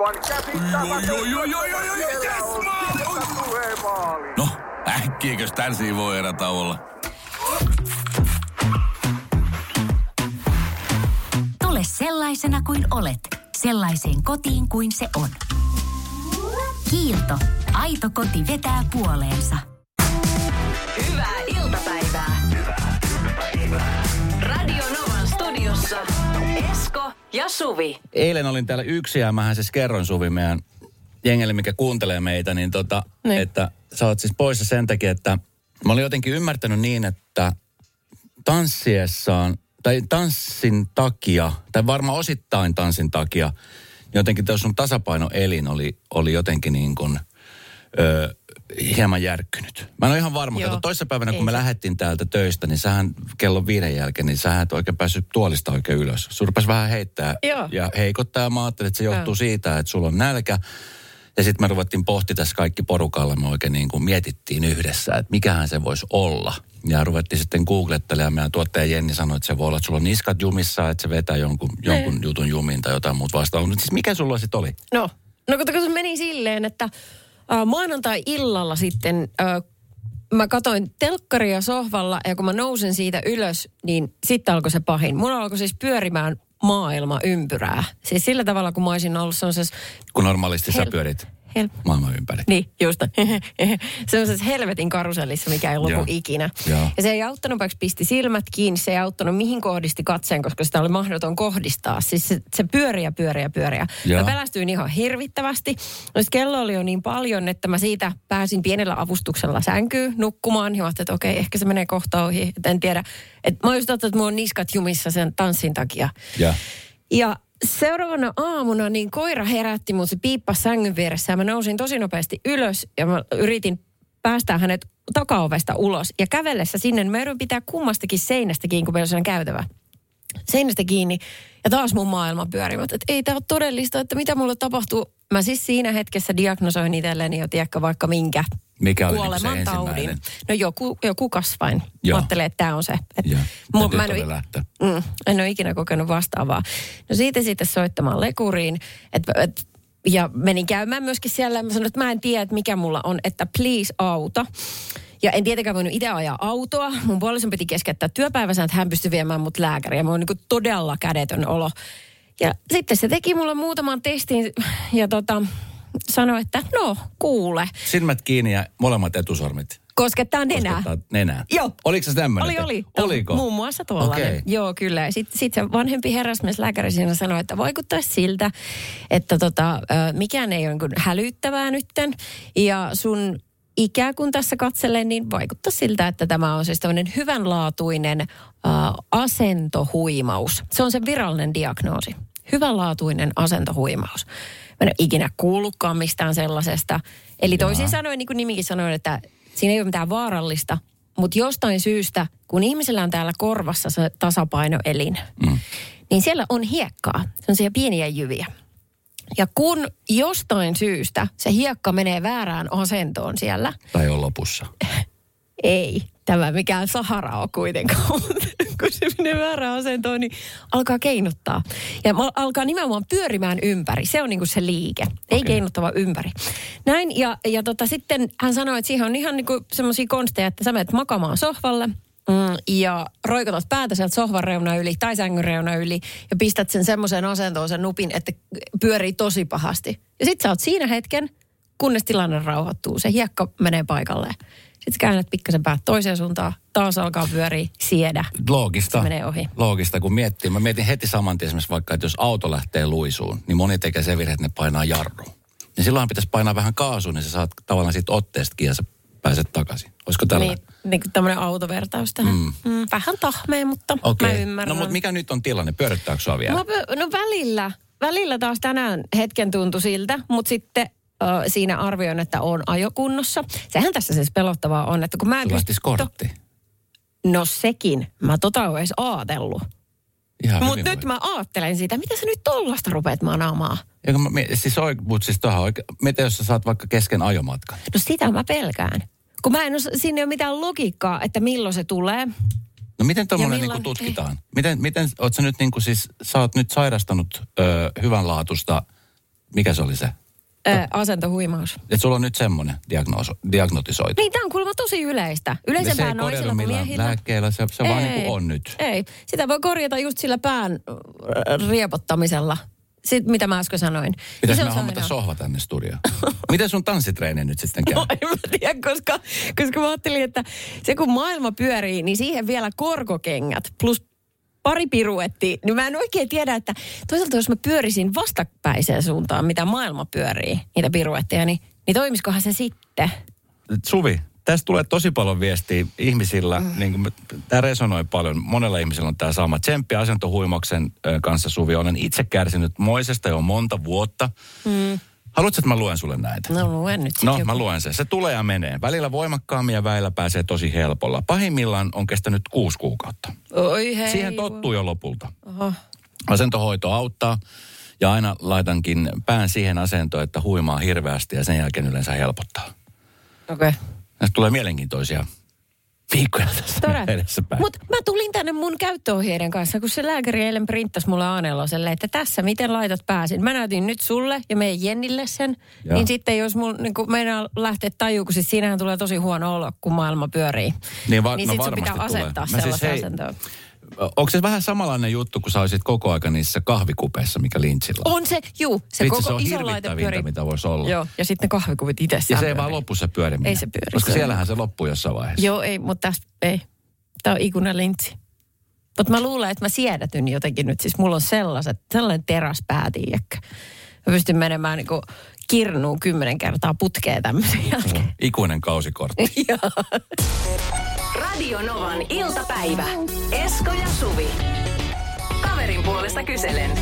aivan käsittämätöntä. No, äkkiäkös tän voi erätä olla? Tule sellaisena kuin olet, sellaiseen kotiin kuin se on. Kiilto. Aito koti vetää puoleensa. Hyvää iltapäivää. Radio Novan studiossa Esko ja Suvi. Eilen olin täällä yksi ja mähän siis kerroin Suvi meidän jengelle, mikä kuuntelee meitä, niin että sä oot siis poissa sen takia, että mä olin jotenkin ymmärtänyt niin, että tanssiessaan, tai tanssin takia, tai varmaan osittain tanssin takia, jotenkin tuo sun tasapainoelin oli jotenkin niin kuin hieman järkkynyt. Mä en ole ihan varma. Kato, toissapäivänä, kun me lähdettiin täältä töistä, niin sähän kello 5 jälkeen, niin sähän et oikein päässyt tuolista oikein ylös. Sun rupesi vähän heittää ja heikottaa, ja mä ajattelin, että se johtuu siitä, että sulla on nälkä. Ja sitten me ruvettiin pohtimaan tässä kaikki porukalla, me oikein niin kuin mietittiin yhdessä, että mikähän se voisi olla. Ja ruvettiin sitten googlettelemaan, meidän tuottaja Jenni sanoi, että se voi olla, että sulla on niskat jumissa, että se vetää jonkun jutun jumiin tai jotain muuta vastaan. Mutta siis mikä sulla sitten oli? No kun se meni silleen, että maanantai-illalla sitten mä katsoin telkkaria sohvalla ja kun mä nousin siitä ylös, niin sitten alkoi se pahin. Mulla alkoi siis pyörimään maailma ympyrää. Siis sillä tavalla, kun mä olisin ollut sellaisessa... Kun normaalisti sä pyörit maailman ympäri. Niin, just. Sellaisessa helvetin karusellissa, mikä ei lopu ikinä. Ja se ei auttanut, vaikka pisti silmät kiinni, se ei auttanut mihin kohdisti katseen, koska sitä oli mahdoton kohdistaa. Siis se pyöriä. Mä pelästyin ihan hirvittävästi. Kello oli jo niin paljon, että mä siitä pääsin pienellä avustuksella sänkyyn nukkumaan. Ja ajattelin, että okei, ehkä se menee kohta ohi. Et en tiedä. Mä olisin ottanut, että mulla on niskat jumissa sen tanssin takia. Ja seuraavana aamuna niin koira herätti mut, se piippasi sängyn vieressä ja mä nousin tosi nopeasti ylös ja mä yritin päästää hänet takaovesta ulos. Ja kävellessä sinne, niin mä yritin pitää kummastakin seinästä kiinni, kun meillä on sellainen käytävä. Seinästä kiinni ja taas mun maailma pyörimät, että ei tää ole todellista, että mitä mulle tapahtuu. Mä siis siinä hetkessä diagnosoin itselleni jo tiedäkö vaikka minkä kuolemantaudin. No joku kasvain. Mä ajattelen, että tää on se. En ole ikinä kokenut vastaavaa. No siitä sitten soittamaan lekuriin. Ja menin käymään myöskin siellä. Ja mä sanoin, että mä en tiedä, että mikä mulla on, että please auta. Ja en tietenkään voinut itse ajaa autoa. Mun puolison piti keskeyttää työpäivänsä, että hän pystyi viemään mut lääkäriin. Mulla on niin todella kädetön olo. Ja sitten se teki mulle muutaman testin ja sanoi, että no, kuule. Silmät kiinni ja molemmat etusormit. Koskettaa nenää. Koskettaa nenää. Joo. Oliko se tämmöinen? Oli. Oliko? Muun muassa tuollainen. Okay. Joo, kyllä. Sitten se vanhempi herrasmieslääkäri siinä sanoi, että vaikuttaisi siltä, että mikään ei ole niin hälyttävää nytten. Ja sun ikä, kun tässä katselee, niin vaikuttaa siltä, että tämä on siis tämmöinen hyvänlaatuinen asentohuimaus. Se on se virallinen diagnoosi. Hyvänlaatuinen asentohuimaus. Mä en ole ikinä kuullutkaan mistään sellaisesta. Eli toisin sanoen, niin kuin nimikin sanoi, että siinä ei ole mitään vaarallista, mutta jostain syystä, kun ihmisellä on täällä korvassa se tasapainoelin, niin siellä on hiekkaa, sellaisia pieniä jyviä. Ja kun jostain syystä se hiekka menee väärään asentoon siellä. Tai on lopussa. Ei, tämä mikään Sahara on kuitenkaan. Kun se menee väärään asentoon, niin alkaa keinuttaa. Ja alkaa nimenomaan pyörimään ympäri. Se on niin kuin se liike. Ei keinuttava ympäri. Näin, ja sitten hän sanoi, että siihen on ihan niin kuin semmoisia konsteja, että sä menet makaamaan sohvalle ja roikotat päätä sieltä sohvan reuna yli tai sängyn reuna yli ja pistät sen semmoiseen asentoon sen nupin, että pyörii tosi pahasti. Ja sit sä oot siinä hetken, kunnes tilanne rauhoittuu. Se hiekka menee paikalleen. Sitten käännät pikkasen päät toiseen suuntaan, taas alkaa pyöriä, siedä. Loogista. Se menee ohi. Loogista, kun miettii. Mä mietin heti saman tien esimerkiksi vaikka, että jos auto lähtee luisuun, niin moni tekee se virhe, että ne painaa jarruun. Niin silloinhan pitäisi painaa vähän kaasuun, niin sä saat tavallaan siitä otteestakin ja sä pääset takaisin. Olisiko tällainen? Niin kuin tämmöinen autovertaus tähän. Vähän tahmea, mutta mä ymmärrän. No mutta mikä nyt on tilanne? Pyörittääkö sua vielä? No välillä taas tänään hetken tuntui siltä, mutta sitten siinä arvioin, että on ajokunnossa. Sehän tässä siis pelottavaa on, että kun mä en kortti. No sekin. Mä oon edes aatellut. Mutta nyt mä aattelen siitä, mitä sä nyt tollasta rupeat manaamaan? Mitä jos sä saat vaikka kesken ajomatkan? No sitä mä pelkään. Kun mä en ole, siinä ei ole mitään logiikkaa, että milloin se tulee. No miten tommoinen niin tutkitaan? Miten oot sä nyt niin kuin siis, sä oot nyt sairastanut hyvänlaatuista mikä se oli se? Asentohuimaus. Että sulla on nyt semmoinen diagnotisoitu. Niin, tämä on kuulemma tosi yleistä. Yleisempää naisilla kuin miehillä. Lääkkeellä, se vaan niin kuin on nyt. Ei, sitä voi korjata just sillä pään riepottamisella. Sitten mitä mä äsken sanoin. Pitäis mä hommata sohva tänne studioon. Miten sun tanssitreeni nyt sitten käy? No, en mä tiedä, koska mä ajattelin, että se kun maailma pyörii, niin siihen vielä korkokengät plus pari piruettia. Niin mä en oikein tiedä, että toisaalta jos mä pyörisin vastakpäiseen suuntaan, mitä maailma pyörii, niitä piruetteja, niin toimiskohan se sitten? Suvi, tästä tulee tosi paljon viestiä ihmisillä. Niin tämä resonoi paljon. Monella ihmisellä on tämä sama. Tsemppi asentohuimauksen kanssa, Suvi. Olen itse kärsinyt moisesta jo monta vuotta. Haluatko, että mä luen sulle näitä? No luen nyt. No mä luen sen. Se tulee ja menee. Välillä voimakkaammin ja välillä pääsee tosi helpolla. Pahimmillaan on kestänyt 6 kuukautta. Oi hei. Siihen tottuu jo lopulta. Oho. Asentohoito auttaa. Ja aina laitankin pään siihen asentoon, että huimaa hirveästi ja sen jälkeen yleensä helpottaa. Okei. Okay. Näistä tulee mielenkiintoisia viikkoja tässä edessäpäin. Mutta mä tulin tänne mun käyttöohjeiden kanssa, kun se lääkäri eilen printtasi mulle A4:lle, että tässä miten laitat pääsin. Mä näytin nyt sulle ja meidän Jennille sen. Ja. Niin sitten jos mun niin meinaa lähteä tajuu, kun siis siinähän tulee tosi huono olo, kun maailma pyörii. Niin sit sun pitää asettaa sellaisen asentoon. Onko se vähän samanlainen juttu, kun sä olisit koko aika niissä kahvikupeissa, mikä Lynchillä on? Se, juu. Se Vitsi, koko se on iso laite pyörii. mitä voisi olla. Joo, ja sitten ne kahvikupit itsessään. Ja se ei vaan loppu se pyöriminen. Ei se pyöri. Koska siellähän se loppuu jossain vaiheessa. Joo, ei, mutta tästä ei. Tämä on ikuinen Lynch. Mutta mä luulen, että mä siedätyn jotenkin nyt. Siis mulla on sellainen teräspäätiiäkkä. Mä pystyn menemään niinku kirnuun 10 kertaa putkeen tämmöisen jälkeen. Ikuinen kausikortti. Joo. Radio Novan iltapäivä. Esko ja Suvi. Kaverin puolesta kyselen.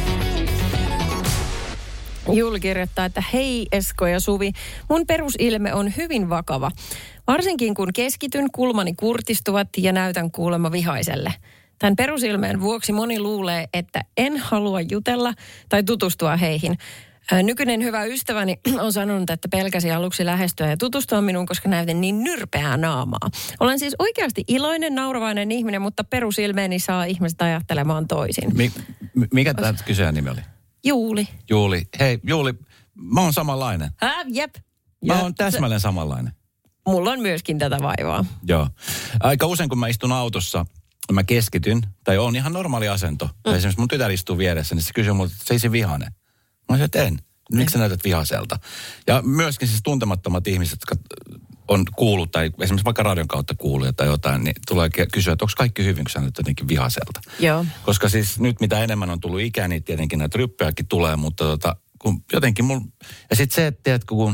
Juuli kirjoittaa, että hei Esko ja Suvi, mun perusilme on hyvin vakava. Varsinkin kun keskityn, kulmani kurtistuvat ja näytän kuulemma vihaiselle. Tämän perusilmeen vuoksi moni luulee, että en halua jutella tai tutustua heihin. Nykyinen hyvä ystäväni on sanonut, että pelkäsi aluksi lähestyä ja tutustua minuun, koska näytin niin nyrpeää naamaa. Olen siis oikeasti iloinen, nauravainen ihminen, mutta perusilmeeni saa ihmiset ajattelemaan toisin. Mikä tämä kyseinen nimi oli? Juuli. Juuli. Hei Juuli, mä oon samanlainen. Jep. Mä oon täsmälleen samanlainen. Mulla on myöskin tätä vaivaa. Joo. Aika usein kun mä istun autossa, mä keskityn, tai on ihan normaali asento. Esimerkiksi mun tytär istuu vieressä, niin se kysyy multa, että se vihainen. Mä sanoin, että en. Miksi sä näytät vihaiselta? Ja myöskin siis tuntemattomat ihmiset, jotka on kuullut, tai esimerkiksi vaikka radion kautta kuullut tai jotain, niin tulee kysyä, että onko kaikki hyvin, kun sä näytät jotenkin vihaiselta. Joo. Koska siis nyt mitä enemmän on tullut ikää, niin tietenkin näitä ryppyjäkin tulee, mutta kun jotenkin ja sitten se, että tiedätkö, kun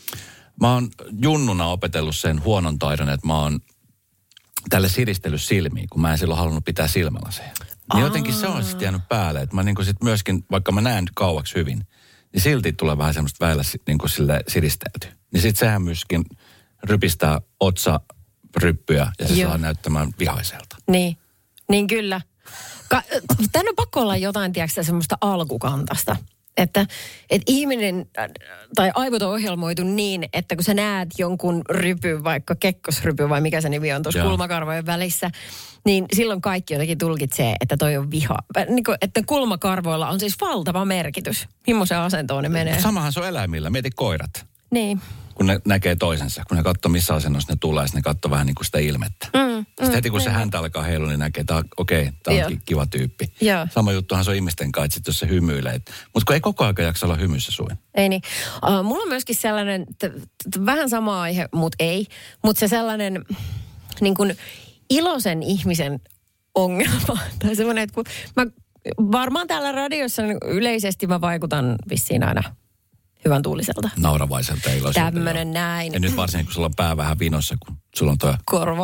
mä oon junnuna opetellut sen huonon taidon, että mä oon tälle siristellyt silmiin, kun mä en silloin halunnut pitää silmälaseja. Niin jotenkin se on sitten jäänyt päälle, että mä niin kuin sit myöskin, vaikka mä näen kauaksi hyvin, niin silti tulee vähän semmoista väillä niin kuin sille siristelty. Niin sitten sehän myöskin rypistää otsaryppyjä ja se saa näyttämään vihaiselta. Niin kyllä. Tänne on pakko olla jotain, tiedätkö, semmoista alkukantasta. Että ihminen tai aivot on ohjelmoitu niin, että kun sä näet jonkun rypyn, vaikka kekkosrypy vai mikä se nimi on tuossa kulmakarvojen välissä, niin silloin kaikki jotenkin tulkitsee, että toi on viha. Niin kuin, että kulmakarvoilla on siis valtava merkitys. Millaisen asentoon ne menee? Samahan se on eläimillä. Mieti koirat. Niin. Kun ne näkee toisensa, kun ne katsoo missä asennossa ne tulee, ne katsoo vähän niin kuin sitä ilmettä. Sitten heti kun se häntä alkaa heilua, niin näkee, että okei, tämä on kiva tyyppi. Joo. Sama juttuhan se on ihmisten kanssa, että jos se hymyilee. Mutta kun ei koko ajan jaksa olla hymyssä suin. Ei niin. Mulla on myöskin sellainen, vähän sama aihe, mutta ei. Mutta se sellainen niin kuin iloisen ihmisen ongelma. Tai semmoinen, että kun mä varmaan täällä radiossa niin yleisesti mä vaikutan vissiin aina hyvän tuuliselta. Nauravaiselta ja iloiselta. Tämmönen näin. Ja nyt varsinkin, kun sulla on pää vähän vinossa, kun sulla on tuo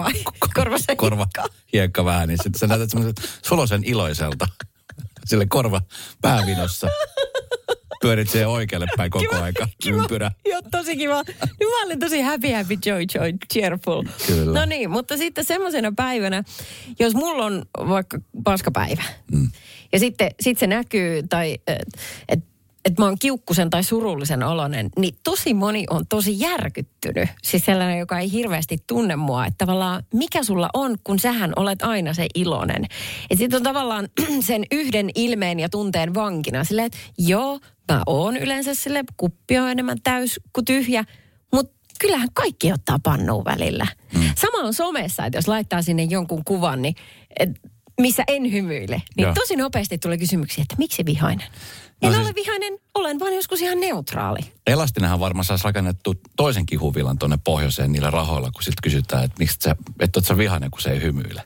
korva hiekka vähän, niin sitten sä näytät semmoiset sulosen iloiselta. Sille korva päävinossa. Pyörit siihen oikealle päin koko aika. Ympyrä. Joo, tosi kiva. Nyt mä olin tosi happy, joy, cheerful. Kyllä. No niin, mutta sitten semmoisena päivänä, jos mulla on vaikka paskapäivä, ja sitten se näkyy, tai että mä oon kiukkusen tai surullisen oloinen, niin tosi moni on tosi järkyttynyt. Siis sellainen, joka ei hirveästi tunne mua. Että tavallaan mikä sulla on, kun sähän olet aina se iloinen. Että sitten on tavallaan sen yhden ilmeen ja tunteen vankina. Silleen, että joo, mä oon yleensä sille, kuppi on enemmän täys kuin tyhjä, mutta kyllähän kaikki ottaa pannuun välillä. Sama on somessa, että jos laittaa sinne jonkun kuvan, niin missä en hymyile, niin tosi nopeasti tulee kysymyksiä, että miksi vihainen? En ole vihainen, olen vaan joskus ihan neutraali. Elastinenhan varmaan saisi rakennettu toisenkin huvilan tuonne pohjoiseen niillä rahoilla, kun siltä kysytään, että miksi et oot sä vihainen, kun se ei hymyile.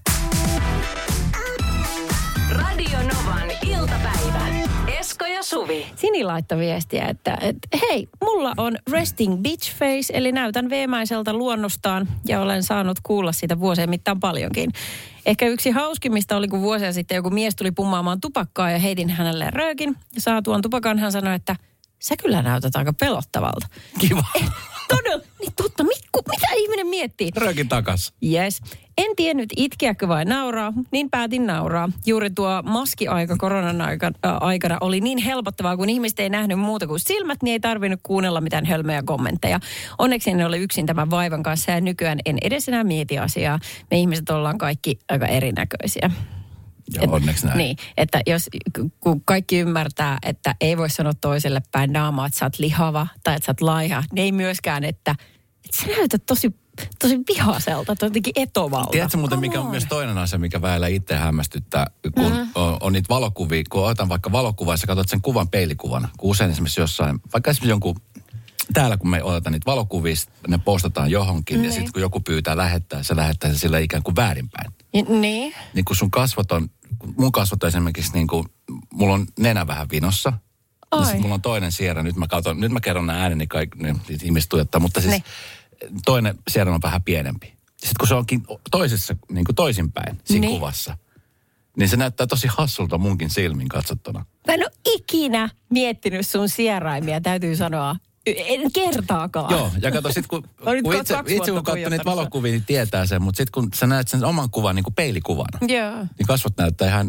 Radio Novan iltapäivä. Esko ja Suvi. Sini laittoi viestiä, että hei, mulla on resting bitch face, eli näytän veemäiseltä luonnostaan ja olen saanut kuulla siitä vuosien mittaan paljonkin. Ehkä yksi hauskimmista oli, kun vuosia sitten joku mies tuli pummaamaan tupakkaa ja heitin hänelle röökin. Ja saatuan tupakan hän sanoi, että sä kyllä näytät aika pelottavalta. Kiva. Todella, niin totta, mitä ihminen miettii? Röökin takas. Yes. En tiennyt itkeäkö vai nauraa, niin päätin nauraa. Juuri tuo maskiaika koronan aikana oli niin helpottavaa, kun ihmiset ei nähnyt muuta kuin silmät, niin ei tarvinnut kuunnella mitään hölmöjä kommentteja. Onneksi en ole yksin tämän vaivan kanssa ja nykyään en edes enää mieti asiaa. Me ihmiset ollaan kaikki aika erinäköisiä. Ja onneksi näin. Niin, että kun kaikki ymmärtää, että ei voi sanoa toiselle päin naamaa, että sä oot lihava tai että sä oot laiha, niin ei myöskään, että sä näytät tosi vihaselta, jotenkin etovalta. Tiedätkö muuten, mikä on myös toinen asia, mikä väillä itse hämmästyttää, kun on niitä valokuvia, kun otan vaikka valokuvaa ja sä katsot sen kuvan peilikuvana, kun usein esimerkiksi jossain, vaikka esimerkiksi jonkun, täällä kun me otetaan niitä valokuvia, ne postataan johonkin ja sitten kun joku pyytää lähettää, se lähettää sen sillä ikään kuin väärinpäin. Niin. Niin kun sun kasvot on, mun kasvot on esimerkiksi niin kuin, mulla on nenä vähän vinossa. Ja sitten mulla on toinen sierä, nyt mä kerron nämä ääneni, kaikki ihmiset tuijottaa, mutta siis toinen sierä on vähän pienempi. Sitten kun se onkin toisessa, niin kuin toisinpäin siinä kuvassa, niin se näyttää tosi hassulta munkin silmin katsottuna. Mä en ole ikinä miettinyt sun sieraimia, täytyy sanoa. En kertaakaan. Joo, ja kato sit kun itse kun katsoo niitä valokuvia, niin tietää sen, mutta sitten kun sä näet sen oman kuvan niin kuin peilikuvana, niin kasvot näyttää ihan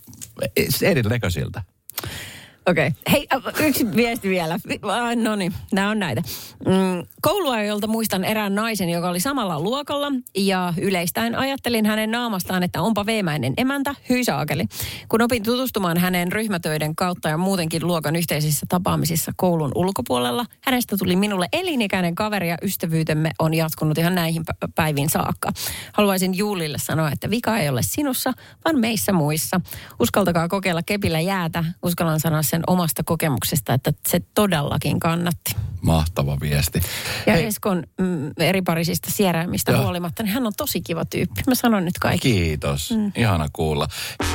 erinäköisiltä. Okei. Hei, yksi viesti vielä. No niin, nämä on näitä. Kouluajolta muistan erään naisen, joka oli samalla luokalla ja yleistäen ajattelin hänen naamastaan, että onpa veemäinen emäntä, hyisaakeli. Kun opin tutustumaan hänen ryhmätöiden kautta ja muutenkin luokan yhteisissä tapaamisissa koulun ulkopuolella, hänestä tuli minulle elinikäinen kaveri ja ystävyytemme on jatkunut ihan näihin päiviin saakka. Haluaisin Juulille sanoa, että vika ei ole sinussa, vaan meissä muissa. Uskaltakaa kokeilla kepillä jäätä. Uskallan sanoa sen omasta kokemuksesta, että se todellakin kannatti. Mahtava viesti. Ja Eskon eriparisista sieräämistä huolimatta, niin hän on tosi kiva tyyppi. Mä sanon nyt kaikki. Kiitos. Ihana kuulla.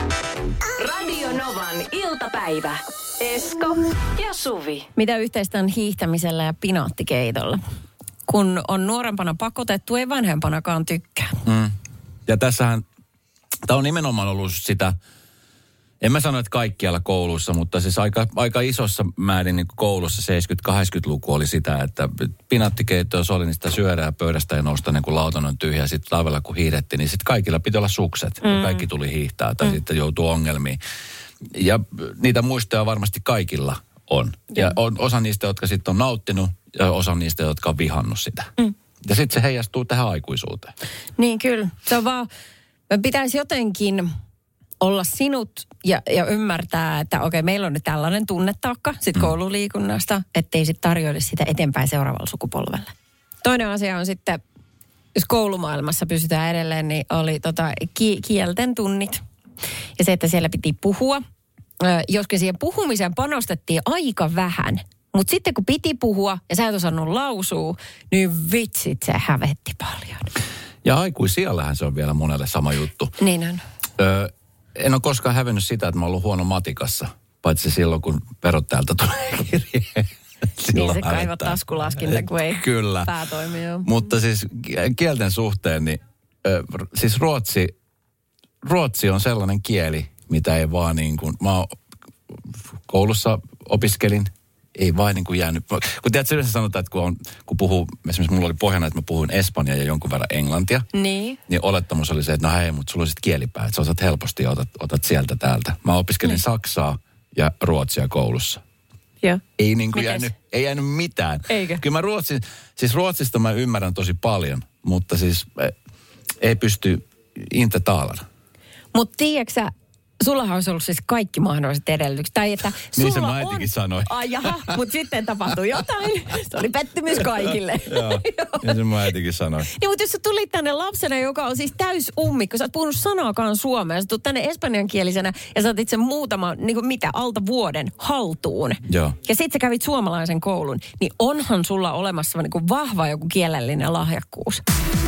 Radio Novan iltapäivä. Esko ja Suvi. Mitä yhteistä on hiihtämisellä ja pinaattikeitolla? Kun on nuorempana pakotettu, ei vanhempanakaan tykkää. Ja tässähän, tämä on nimenomaan ollut sitä, en mä sano, että kaikkialla koulussa, mutta siis aika isossa määrin niin koulussa 70-80-luku oli sitä, että pinaattikeittoa oli, niin sitä syödään pöydästä ja nousta niin kun lautan on tyhjä. Sitten talvella kun hiihdettiin, niin sitten kaikilla piti olla sukset. Ja kaikki tuli hiihtää tai sitten joutuu ongelmiin. Ja niitä muistoja varmasti kaikilla on. Ja on osa niistä, jotka sitten on nauttinut ja osa niistä, jotka on vihannut sitä. Ja sitten se heijastuu tähän aikuisuuteen. Niin kyllä. Se on vaan, pitäisi jotenkin olla sinut ja ymmärtää, että okei, meillä on nyt tällainen tunnetaakka sit koululiikunnasta, ettei sitten tarjoile sitä eteenpäin seuraavalle sukupolvelle. Toinen asia on sitten, jos koulumaailmassa pysytään edelleen, niin oli kielten tunnit. Ja se, että siellä piti puhua. Joskin siihen puhumiseen panostettiin aika vähän. Mutta sitten kun piti puhua ja sä et osannut lausua, niin vitsit se hävetti paljon. Ja aikuisiällähän se on vielä monelle sama juttu. Niin on. En ole koskaan hävennyt sitä, että mä oon ollut huono matikassa. Paitsi silloin, kun verottajalta tulee kirje. Niin se kaivat taskulaskinta, kun ei pää toimi. Mutta siis kielten suhteen, niin siis ruotsi on sellainen kieli, mitä ei vaan niin kuin, mä koulussa opiskelin, ei vain niin kuin jäänyt. Kun tiedätkö, yleensä sanotaan, että kun puhuu, esimerkiksi mulla oli pohjana, että mä puhuin espanjaa ja jonkun verran englantia. Niin olettamus oli se, että no hei, mutta sulla on sitten kielipää, että sä osaat helposti ja otat sieltä täältä. Mä opiskelin saksaa ja ruotsia koulussa. Ja. Ei niin kuin jäänyt mitään. Eikä? Kyllä mä Ruotsista mä ymmärrän tosi paljon, mutta siis ei pysty inte talan. Mutta tiedätkö sä, sullahan olisi ollut siis kaikki mahdolliset edellytykset. Tai että niin se mä äitikin sanoi. Ai jaha, mutta sitten tapahtui jotain. Se oli pettymys kaikille. Joo, niin se mä äitikin sanoi. Niin, mutta jos sä tulit tänne lapsena, joka on siis täys ummikko, sä oot puhunut sanaakaan suomea, sä tulet tänne espanjankielisenä ja sä otit sen muutama, alta vuoden haltuun. Joo. Ja sit sä kävit suomalaisen koulun, niin onhan sulla olemassa vahva joku kielellinen lahjakkuus.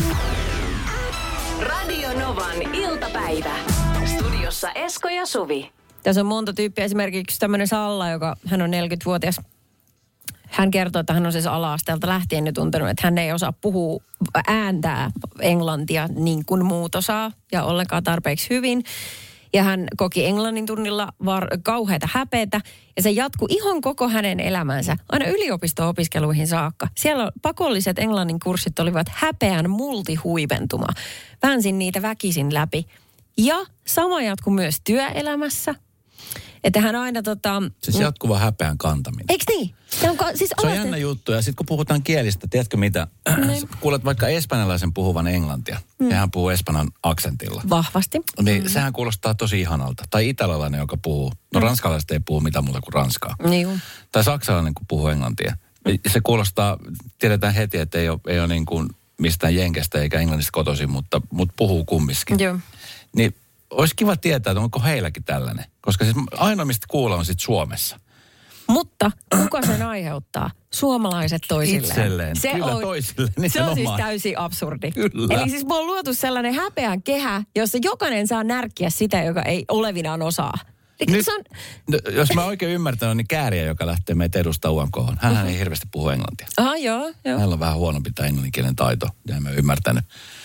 Radio Novan iltapäivä. Studiossa Esko ja Suvi. Tässä on monta tyyppiä. Esimerkiksi tämmöinen Salla, hän on 40-vuotias. Hän kertoo, että hän on siis ala-asteelta lähtien jo tuntenut, että hän ei osaa puhua ääntää englantia niin kuin muut osaa ja ollenkaan tarpeeksi hyvin. Ja hän koki englannin tunnilla kauheata häpeätä ja se jatkui ihan koko hänen elämänsä, aina yliopisto-opiskeluihin saakka. Siellä pakolliset englannin kurssit olivat häpeän multihuipentuma. Väänsin niitä väkisin läpi. Ja sama jatkui myös työelämässä. Että hän aina Siis jatkuva häpeän kantaminen. Eikö niin? Se on jännä juttu. Ja sitten kun puhutaan kielistä, tiedätkö mitä? Kuulet vaikka espanjalaisen puhuvan englantia. Ja hän puhuu espanjan aksentilla. Vahvasti. Niin sehän kuulostaa tosi ihanalta. Tai italialainen, joka puhuu. No ranskalaiset ei puhu mitään muuta kuin ranskaa. Niin. Tai saksalainen, kun puhuu englantia. Se kuulostaa, tiedetään heti, että ei ole niin kuin mistään jenkestä eikä englannista kotoisin, mutta puhuu kumminkin. Joo. Niin olisi kiva tietää, että onko heilläkin tällainen. Koska siis ainoa, mistä kuulla on sitten Suomessa. Mutta kuka sen aiheuttaa? Suomalaiset toisilleen. Itselleen. Kyllä toisilleen. Se on siis täysin absurdi. Kyllä. Eli siis me on luotu sellainen häpeän kehä, jossa jokainen saa närkkiä sitä, joka ei olevinaan osaa. Nyt, jos mä oikein ymmärtänyt, niin Kääriä, joka lähtee meitä edustaa UMK:hon. Hänhän ei hirveästi puhu englantia. Joo. Hänellä on vähän huonompi tämä englanninkielen taito, ja en mä ymmärtänyt.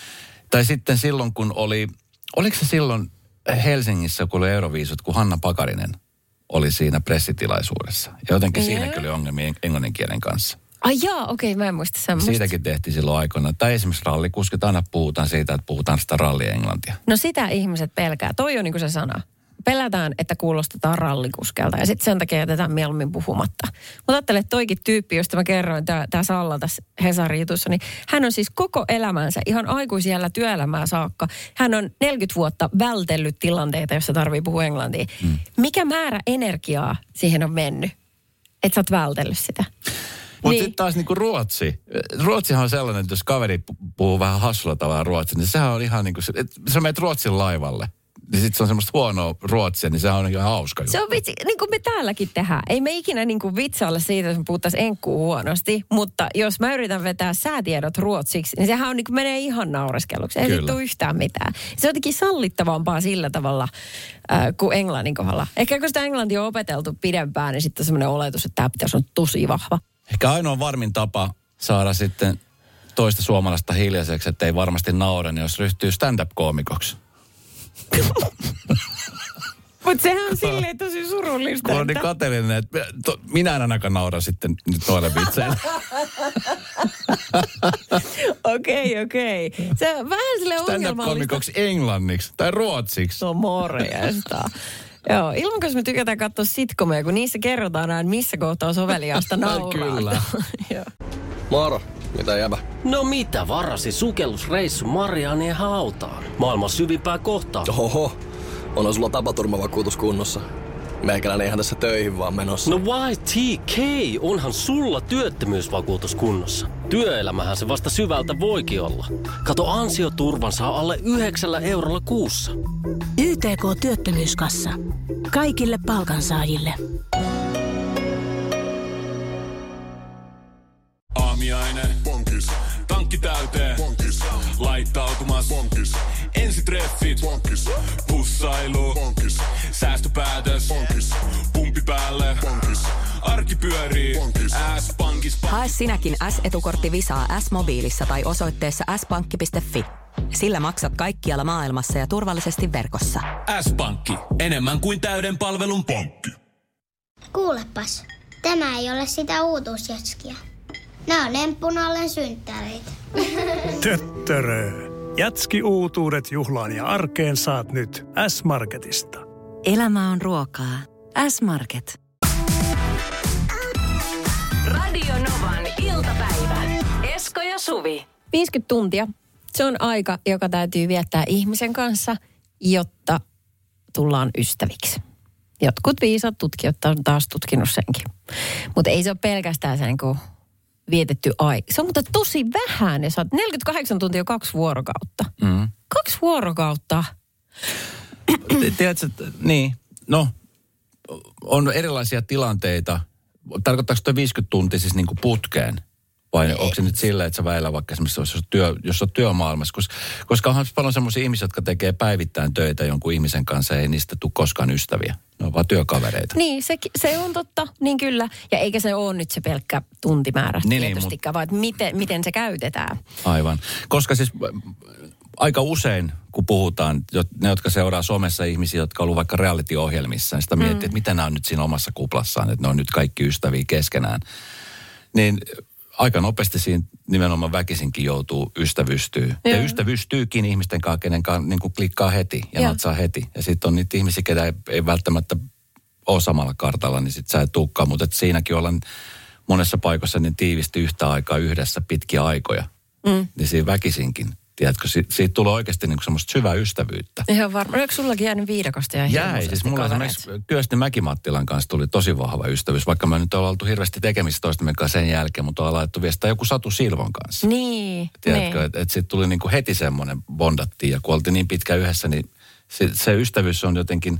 Tai sitten silloin, kun oliko se silloin Helsingissä, kun oli Euroviisut, kun Hanna Pakarinen oli siinä pressitilaisuudessa. Ja jotenkin siinäkin oli ongelmia englanninkielen kanssa. Okei, mä en muista semmoista. Siitäkin tehtiin silloin aikoina. Tai esimerkiksi rallikuskit, aina puhutaan siitä, että puhutaan sitä rallia englantia. No sitä ihmiset pelkää. Toi on niin kuin se sana. Pelätään, että kuulostetaan rallikuskelta ja sitten sen takia jätetään mieluummin puhumatta. Mutta ajattele, että toikin tyyppi, josta mä kerroin, tämä Salla tässä Hesarin jutussa, niin hän on siis koko elämänsä ihan aikuisiellä työelämää saakka. Hän on 40 vuotta vältellyt tilanteita, jossa tarvii puhua englantia. Mikä määrä energiaa siihen on mennyt, että sä oot vältellyt sitä? Mutta sitten taas niinku Ruotsi. Ruotsihan on sellainen, että jos kaveri puhuu vähän hassulla tavalla ruotsia, niin sehän on ihan niin kuin, että sä menet Ruotsin laivalle. Niin sitten se on semmoista huonoa ruotsia, niin sehän on ihan hauska juttu. Se on vitsi, niin kuin me täälläkin tehdään. Ei me ikinä niin kuin vitsailla siitä, jos me puhuttaisiin enkkuu huonosti. Mutta jos mä yritän vetää säätiedot ruotsiksi, niin sehän on, niin kuin menee ihan naureskelluksi. Ei vittu yhtään mitään. Se on jotenkin sallittavampaa sillä tavalla kuin englannin kohdalla. Ehkä kun sitä englantia on opeteltu pidempään, niin sitten on semmoinen oletus, että tämä pitäisi olla tosi vahva. Ehkä ainoa varmin tapa saada sitten toista suomalaista hiljaiseksi, että ei varmasti naura, niin jos ryhtyy stand-up-koomikoksi. Mutta sehän on silleen tosi surullista. Kun on niin kateellinen, että minä en ainakaan naura sitten nyt noille vitseille. Okei. Se on vähän silleen ongelmallista. Stand-up-komikoksi englanniksi tai ruotsiksi. Se on morjesta. Joo, ilman me tykätään katsoa sitcomeja, kun niissä kerrotaan aina, missä kohtaa soveliaasta nauraa. Kyllä. Moro, mitä jäbä? No mitä varasi sukellusreissu Marianien hautaan? Maailman syvimpää kohtaa. Oho, onhan sulla tapaturmavakuutus kunnossa. Meikäläinen ihan tässä töihin vaan menossa. No YTK, onhan sulla työttömyysvakuutus kunnossa. Työelämähän se vasta syvältä voikin olla. Kato, ansioturvan saa alle 9 eurolla kuussa. YTK Työttömyyskassa. Kaikille palkansaajille. Aamiainen. Bonkis. Tankki täyteen. Bonkis. Laittautumas. Bonkis. Ensitreffit. Bonkis. Pussailu. Bonkis. Säästöpäätös. Bonkis. Pumpi päälle. Bonkis. Arki pyörii. Bonkis. S-pankis. Hae sinäkin S-etukortti Visaa S-mobiilissa tai osoitteessa s-pankki.fi. Sillä maksat kaikkialla maailmassa ja turvallisesti verkossa. S-pankki. Enemmän kuin täyden palvelun pankki. Kuulepas, tämä ei ole sitä uutuusjatskia. Nämä on emppunallen synttäreitä. Töttörö. Jatski-uutuudet juhlaan ja arkeen saat nyt S-Marketista. Elämä on ruokaa. S-Market. Radio Novan iltapäivä. Esko ja Suvi. 50 tuntia. Se on aika, joka täytyy viettää ihmisen kanssa, jotta tullaan ystäviksi. Jotkut viisaat tutkijat on taas tutkinut senkin. Mutta ei se ole pelkästään sen kuin vietetty aika. Se on mutta tosi vähän. Ja sä oot 48 tuntia 2 vuorokautta. 2 vuorokautta. Tiedätkö, niin, no, on erilaisia tilanteita. Tarkoittaako tuo 50 tuntia siis niin kuin putkeen? Vai onko se nyt silleen, että sä väillä vaikka esimerkiksi jos on työmaailmassa? Koska onhan paljon semmoisia ihmisiä, jotka tekee päivittäin töitä jonkun ihmisen kanssa, ei niistä tule koskaan ystäviä. Ne on vaan työkavereita. Niin, se on totta, niin kyllä. Ja eikä se ole nyt se pelkkä tuntimäärä tietystikään, vaan miten se käytetään. Aivan. Koska siis aika usein, kun puhutaan, ne, jotka seuraa somessa ihmisiä, jotka on ollut vaikka reality-ohjelmissa, niin sitä miettii, että mitä nämä on nyt siinä omassa kuplassaan, että ne on nyt kaikki ystäviä keskenään. Niin aika nopeasti siinä nimenomaan väkisinkin joutuu ystävystyy. Ja ystävystyykin ihmisten kanssa, kenen kanssa niin kuin klikkaa heti ja natsaa heti. Ja sitten on niitä ihmisiä, ketä ei välttämättä ole samalla kartalla, niin sitten sä et tulekaan. Mutta siinäkin ollaan monessa paikassa niin tiivisti yhtä aikaa yhdessä pitkiä aikoja. Niin siinä väkisinkin. Tiedätkö, siitä tulee oikeasti niin semmoista syvää ystävyyttä. Ihan varmaan. Oliko sullakin jäänyt viidakosta ja jäi. Siis mulla esimerkiksi Kyösti Mäki-Mattilan kanssa tuli tosi vahva ystävyys. Vaikka me nyt ollaan oltu hirveästi tekemisissä toistemme kanssa sen jälkeen, mutta ollaan laittu viestää joku Satu Silvon kanssa. Niin. Tiedätkö, että siitä tuli niin kuin heti semmoinen bondattiin. Ja kun oltiin niin pitkä yhdessä, niin se ystävyys on jotenkin,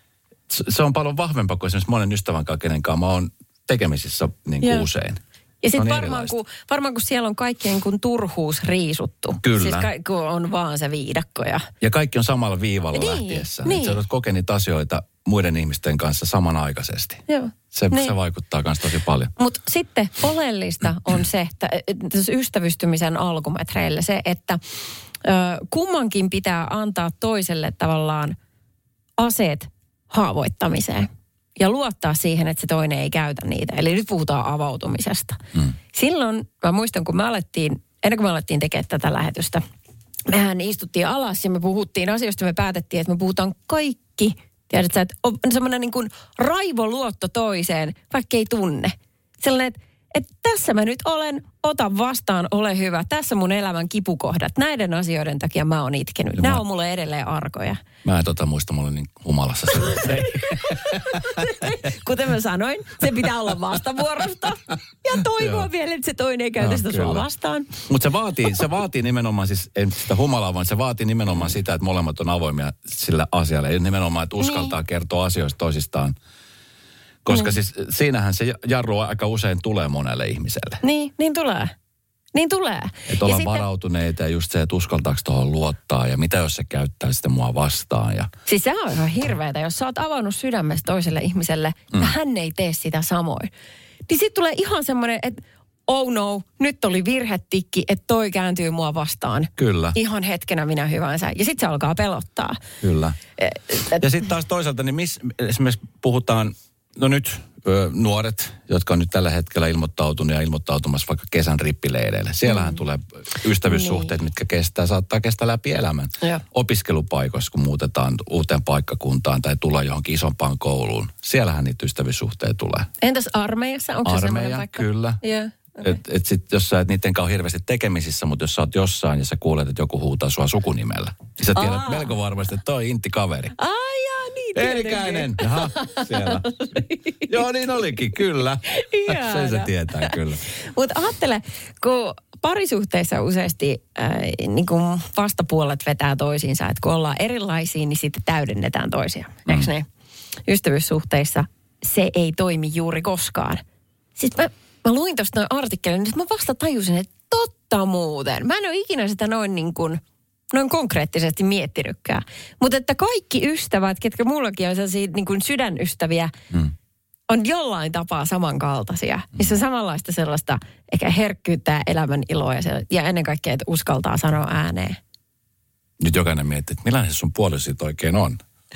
se on paljon vahvempaa kuin esimerkiksi monen ystävän kanssa, kenen kanssa mä oon tekemisissä niin kuin usein. Ja sitten varmaan kun siellä on kaikkien kun turhuus riisuttu. Kyllä. Siis kun on vaan se viidakko. Ja kaikki on samalla viivalla lähtiessä. Niin. Sä olet kokenut asioita muiden ihmisten kanssa samanaikaisesti. Joo. Se vaikuttaa myös tosi paljon. Mutta sitten oleellista on se, että ystävystymisen alkumetreillä se, että kummankin pitää antaa toiselle tavallaan aseet haavoittamiseen. Ja luottaa siihen, että se toinen ei käytä niitä. Eli nyt puhutaan avautumisesta. Silloin, mä muistan, ennen kuin me alettiin tekemään tätä lähetystä, mehän istuttiin alas ja me puhuttiin asioista, me päätettiin, että me puhutaan kaikki. Tiedätkö, että on semmoinen niin kuin raivoluotto toiseen, vaikka ei tunne. Sellainen, että tässä mä nyt olen, ota vastaan, ole hyvä. Tässä mun elämän kipukohdat. Näiden asioiden takia mä oon itkenyt. Nämä on mulle edelleen arkoja. Mä en muista, mulla niin humalassa. Kuten mä sanoin, se pitää olla vastavuorosta. Ja toivoa vielä, että se toinen ei käytä sitä sua vastaan. Mutta se vaatii nimenomaan, siis ei sitä humalaa, vaan se vaatii nimenomaan sitä, että molemmat on avoimia sillä asialla. Ei nimenomaan, että uskaltaa kertoa asioista toisistaan. Koska siis siinähän se jarru aika usein tulee monelle ihmiselle. Niin tulee. Niin tulee. Että ollaan varautuneita ja just se, että uskaltaako tuohon luottaa ja mitä jos se käyttää sitten mua vastaan. Ja siis se on ihan hirveätä, jos sä oot avannut sydämestä toiselle ihmiselle ja hän ei tee sitä samoin. Niin sit tulee ihan semmoinen, että oh no, nyt oli virhetikki, että toi kääntyy mua vastaan. Kyllä. Ihan hetkenä minä hyvänsä. Ja sit se alkaa pelottaa. Kyllä. Ja sitten taas toisaalta, niin esimerkiksi puhutaan, no nyt nuoret, jotka on nyt tällä hetkellä ilmoittautunut ja ilmoittautumassa vaikka kesän rippileireille. Siellähän tulee ystävyyssuhteet, mitkä saattaa kestää läpi elämän. Opiskelupaikoissa, kun muutetaan uuteen paikkakuntaan tai tullaan johonkin isompaan kouluun. Siellähän niitä ystävyyssuhteita tulee. Entäs armeijassa? Onko se semmoinen paikka? Kyllä. Yeah. Okay. Et sit, jos sä et niiden kanssa hirveästi tekemisissä, mutta jos sä oot jossain ja sä kuulet, että joku huutaa sua sukunimellä, niin sä tiedät melko varmasti, että toi Intti kaveri. Niin Elikäinen. Jaha, siellä. Joo, niin olikin, kyllä. Sen se tietää, kyllä. Mutta ajattele, kun parisuhteissa useasti niin kun vastapuolet vetää toisiinsa, että kun ollaan erilaisia, niin sitten täydennetään toisiaan. Eikö ne? Ystävyyssuhteissa se ei toimi juuri koskaan. Siis mä luin tuosta noin artikkelin, että mä vasta tajusin, että totta muuten. Mä en ole ikinä sitä noin konkreettisesti miettinytkään. Mutta että kaikki ystävät, ketkä mullakin on sellaisia niin kuin sydänystäviä, on jollain tapaa samankaltaisia. Missä on samanlaista sellaista ehkä herkkyyttä ja elämän iloa ja ennen kaikkea, että uskaltaa sanoa ääneen. Nyt jokainen miettii, että millainen se sun puoliso siitä oikein on?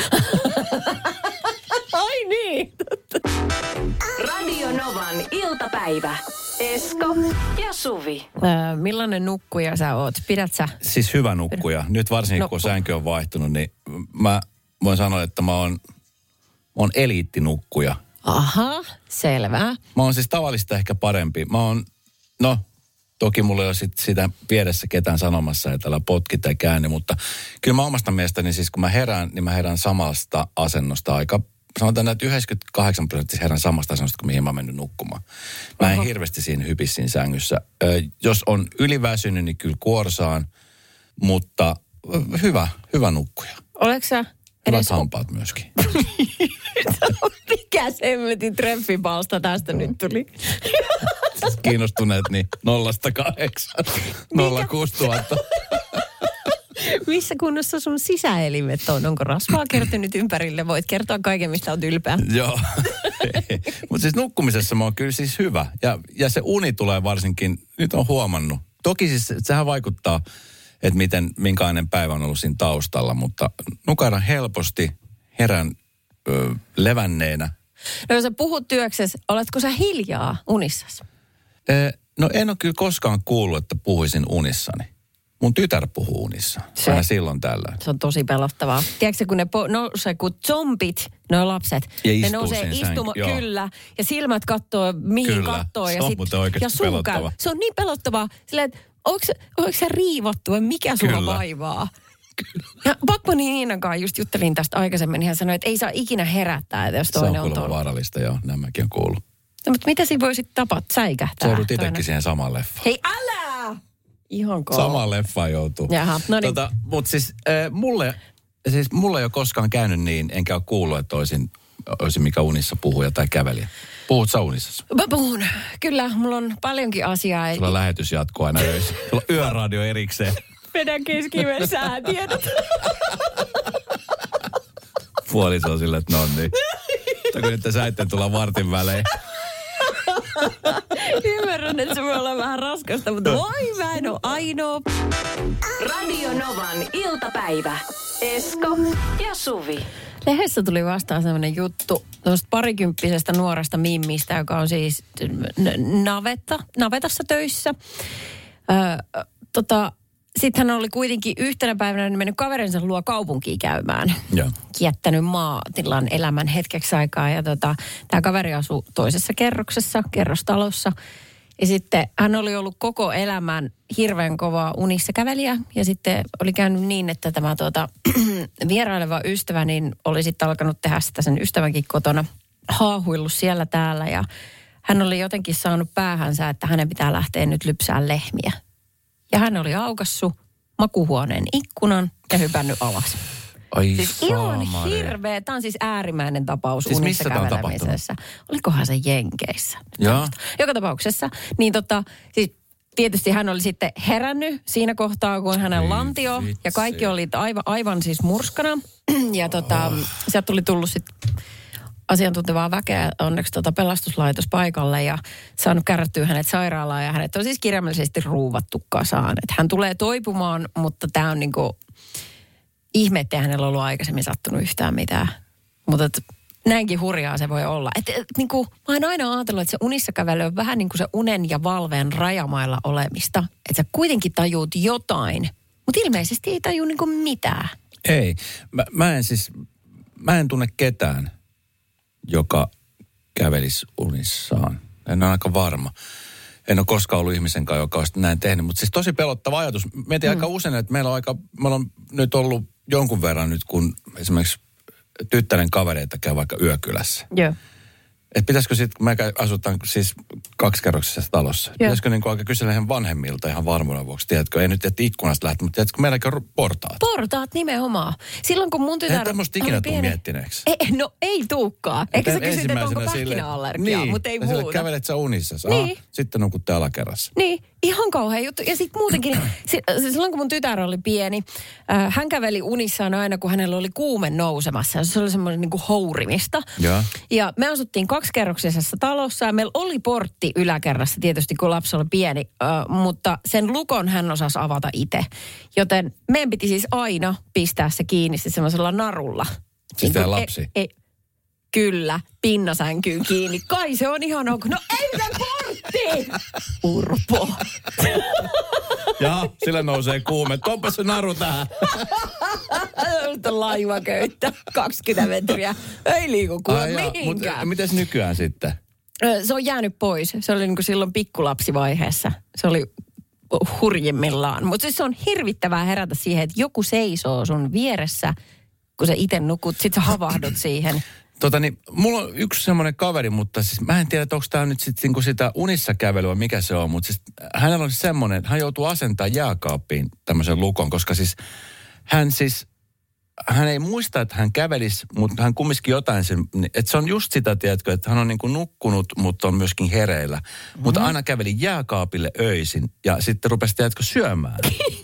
Ai niin! Radio Novan iltapäivä. Esko ja Suvi. Millainen nukkuja sä oot? Pidät sä? Siis hyvä nukkuja. Nyt varsinkin kun sänky on vaihtunut, niin mä voin sanoa, että mä oon eliittinukkuja. Aha, selvä. Mä oon siis tavallista ehkä parempi. Mä oon, Toki mulla ei ole sitä vieressä ketään sanomassa, että älä potki tai käänny, mutta kyllä mä omasta mielestäni siis kun mä herään, niin mä herään samasta asennosta aika, sanotaan että 98% herään samasta asennosta kuin mihin mä oon mennyt nukkumaan. Mä en hirveästi siinä hypis siinä sängyssä. Jos on yliväsynyt, niin kyllä kuorsaan, mutta hyvä nukkuja. Oletko sä hyvät hampaat myöskin. Mikä semmetin treffipalsta tästä nyt tuli? Kiinnostuneet, niin 0-8. 06 000. Missä kunnossa sun sisäelimet on? Onko rasvaa kertynyt ympärille? Voit kertoa kaiken, mistä olet ylpeä. Joo. Mutta siis nukkumisessa mä oon kyllä siis hyvä. Ja se uni tulee varsinkin, nyt on huomannut. Toki siis sehän vaikuttaa, että minkälainen päivä on ollut siinä taustalla, mutta nukahdan helposti, herään levänneenä. No jos sä puhut työksessä, oletko sä hiljaa unissasi? No en ole kyllä koskaan kuullut, että puhuisin unissani. Mun tytär puhuu unissaan. Aina silloin tällöin. Se on tosi pelottavaa. Tiedätkö, kun ne nousee kuin zombit, nuo lapset. Ja ne nousee istumaan, kyllä. Ja silmät kattoo, mihin kattoo. Se on muuten oikeasti pelottavaa. Se on niin pelottavaa. Silleen, että onko se riivottu vai mikä sulla vaivaa? Kyllä. Ja Backmanin Niinankaan just juttelin tästä aikaisemmin. Hän sanoi, että ei saa ikinä herättää, jos toinen on kuulemma vaarallista, joo. Nämäkin on kuullut. No, mutta mitä siinä voisit säikähtää? Se joudut itsekin siihen samaan leffaan. Hei, älä! Ihan kova. Samaan leffaan joutuu. Jaha, no niin. Mutta siis mulle ei ole koskaan käynyt niin, enkä ole kuullut, että olisin mikä unissa puhuja tai kävelijä. Puhut sä unissasi? Mä puhun. Kyllä, mulla on paljonkin asiaa. Sulla lähetys jatkuu aina öissä. Sulla on yöradio erikseen. Vedän keskimen säätiedot. Puoliso on sille, että no niin. Kun nyt sä ette tulla vartin välein. Ymmärrän, että se voi olla vähän raskasta, mutta voi mä en ole ainoa. Radio Novan iltapäivä. Esko ja Suvi. Lehdessä tuli vastaan sellainen juttu tuosta parikymppisestä nuoresta mimmistä, joka on siis navetassa töissä. Sitten hän oli kuitenkin yhtenä päivänä mennyt kaverinsa luo kaupunkiin käymään. Joo. Jättänyt maatilan elämän hetkeksi aikaa. Ja tämä kaveri asui toisessa kerrostalossa. Ja sitten hän oli ollut koko elämän hirveän kova unissa kävelijä. Ja sitten oli käynyt niin, että tämä vieraileva ystävä niin oli sitten alkanut tehdä sitä sen ystävänkin kotona. Haahuillut siellä täällä ja hän oli jotenkin saanut päähänsä, että hänen pitää lähteä nyt lypsään lehmiä. Ja hän oli aukassut makuuhuoneen ikkunan ja hypännyt alas. Ai siis ihan hirveä. Tämä on siis äärimmäinen tapaus siis unissa kävelemisessä. Olikohan se Jenkeissä? Joo. Joka tapauksessa. Niin siis tietysti hän oli sitten herännyt siinä kohtaa, kun hänen lantio ja kaikki oli aivan siis murskana. Ja sieltä tuli tullut sitten asiantuntevaa väkeä onneksi pelastuslaitos paikalle ja saanut kärrättyä hänet sairaalaan ja hänet on siis kirjaimellisesti ruuvattu kasaan. Että hän tulee toipumaan, mutta tämä on niinku ihme, ettei hänellä ollut aikaisemmin sattunut yhtään mitään. Mutta näinkin hurjaa se voi olla. Niinku, mä oon aina ajatellut, että se unissa kävely on vähän niin kuin se unen ja valveen rajamailla olemista. Että sä kuitenkin tajuut jotain, mutta ilmeisesti ei taju niinku mitään. Ei. Mä en tunne ketään, joka kävelisi unissaan. En ole aika varma. En ole koskaan ollut ihmisen kanssa, joka olisi näin tehnyt. Mutta siis tosi pelottava ajatus. Mietin aika usein, että me on nyt ollut jonkun verran nyt, kun esimerkiksi tyttären kavereita käy vaikka yökylässä. Joo. Että pitäisikö sitten, kun me asutaan siis 2-kerroksisessa talossa, pitäisikö niin aika kysellä ihan vanhemmilta ihan varmuuden vuoksi, tiedätkö, ei nyt ikkunasta lähteä, mutta tiedätkö, meilläkin on portaat. Portaat nimenomaan. Silloin kun mun tytär eihän tämmöistä ikinä tuu miettineeksi. No ei tuukaan. Eikä sä kysyt, että onko pähkinäallergiaa, niin, mutta ei muuta. Kävelet sä unissasi. Niin. Sitten nukutte alakerrassa. Niin, ihan kauhea juttu. Ja sitten muutenkin, silloin kun mun tytär oli pieni, hän käveli unissaan aina, kun hänellä oli kuume nousemassa. Se oli semmoinen niin kuin hourimista. Ja me asuttiin 2-kerroksisessa talossa ja meillä oli portti yläkerrassa tietysti, kun lapsi oli pieni, mutta sen lukon hän osasi avata itse. Joten meidän piti siis aina pistää se kiinni semmoisella narulla. Siis tämä lapsi? Kyllä, pinnasänkyyn kiinni. Kai se on ihan ok. No ei se portti! Urpo. Ja sillä nousee kuume. Tuoppa se naru tähän. Laivaköyttä, 20 metriä. Ei liiku kuule mihinkään. Mutta mites nykyään sitten? Se on jäänyt pois. Se oli niin kuin silloin pikkulapsivaiheessa. Se oli hurjimmillaan. Mutta siis se on hirvittävää herätä siihen, että joku seisoo sun vieressä, kun sä itse nukut, sit sä havahdut siihen. Mulla on yksi semmoinen kaveri, mutta siis mä en tiedä, että onko tää nyt sit niinku sitä unissa kävelyä, mikä se on, mutta siis hänellä on semmoinen, että hän joutuu asentamaan jääkaappiin tämmöisen lukon, koska siis hän ei muista, että hän kävelisi, mutta hän kumminkin jotain sen, että se on just sitä, tiedätkö, että hän on niin kuin nukkunut, mutta on myöskin hereillä. Mutta aina käveli jääkaapille öisin ja sitten rupesi, tiedätkö, syömään.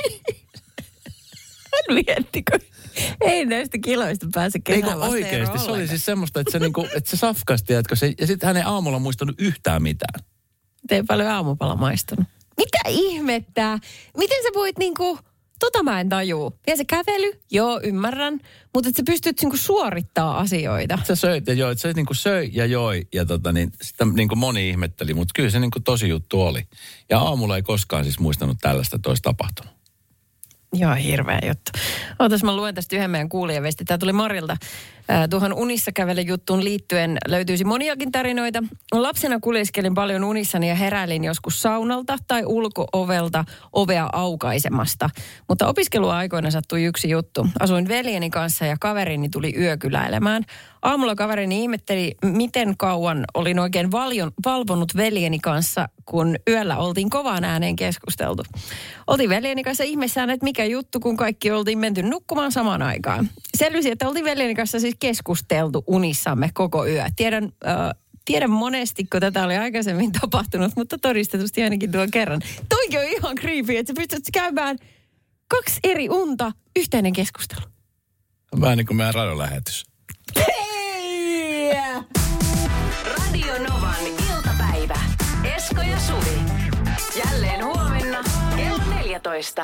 Hän miettikö? Ei näistä kiloista pääse kesällä. Eikö oikeasti? Se oli siis semmoista, että se, niinku, että se safkasi, tiedätkö, ja sitten hän ei aamulla muistanut yhtään mitään. Ei paljon aamupala maistunut. Mitä ihmettä? Miten sä voit niinku... mä en tajuu. Ja se kävely, joo, ymmärrän, mutta että sä pystyt niinku suorittaa asioita. Sä söit ja joit, sä niinku söi ja joi ja sitä niinku moni ihmetteli, mutta kyllä se niinku tosi juttu oli. Ja aamulla ei koskaan siis muistanut tällaista, että olisi tapahtunut. Joo, hirveä juttu. Ootas, mä luen tästä yhden meidän kuulijaviesti. Tämä tuli Marilta. Tuohon unissa kävelen juttuun liittyen löytyisi moniakin tarinoita. Lapsena kuljeskelin paljon unissani ja heräilin joskus saunalta tai ulko-ovelta ovea aukaisemasta. Mutta opiskeluaikoina sattui yksi juttu. Asuin veljeni kanssa ja kaverini tuli yökyläilemään. Aamulla kaverini ihmetteli, miten kauan olin oikein valvonut veljeni kanssa, kun yöllä oltiin kovaan ääneen keskusteltu. Oltiin veljeni kanssa ihmeessään, että mikä juttu, kun kaikki oltiin menty nukkumaan samaan aikaan. Selvisi, että oltiin veljeni kanssa siis keskusteltu unissamme koko yö. Tiedän monesti, kun tätä oli aikaisemmin tapahtunut, mutta todistetusti ainakin tuon kerran. Toikin on ihan creepy, että sä pystyt käymään 2 eri unta, yhteinen keskustelu. Vähän niin kuin meidän radiolähetys. Hei! Radio Novan iltapäivä. Esko ja Suvi. Jälleen huomenna kello 14.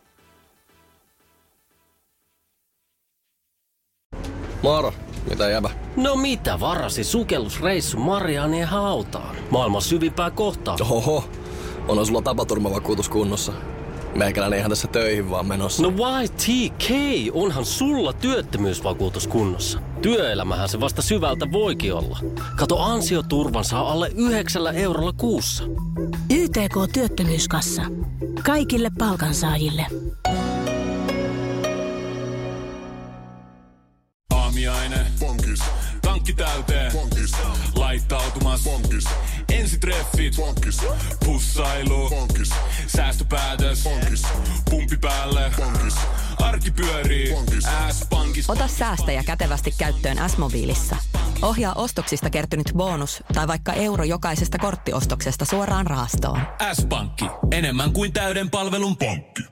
Moro, mitä jäbä? No mitä, varasi sukellusreissu Marianien hautaan. Maailman syvimpää kohtaa. Oho, on sulla tapaturmavakuutus kunnossa. Meikäläinen ihan tässä töihin vaan menossa. No YTK, onhan sulla työttömyysvakuutus kunnossa. Työelämähän se vasta syvältä voikin olla. Kato, ansioturvan saa alle 9 eurolla kuussa. YTK Työttömyyskassa. Kaikille palkansaajille. Aamiainen. Bonkis. Tankki täyteen. Bonkis. Laittautumas. Bonkis. Ensitreffit. Bonkis. Pussailu. Bonkis. Säästöpäätös. Bonkis. Pumpi päälle. Bonkis. Arki pyörii. S-pankis. Ota säästäjä kätevästi käyttöön S-mobiilissa. Ohjaa ostoksista kertynyt bonus tai vaikka euro jokaisesta korttiostoksesta suoraan rahastoon. S-pankki. Enemmän kuin täyden palvelun pankki.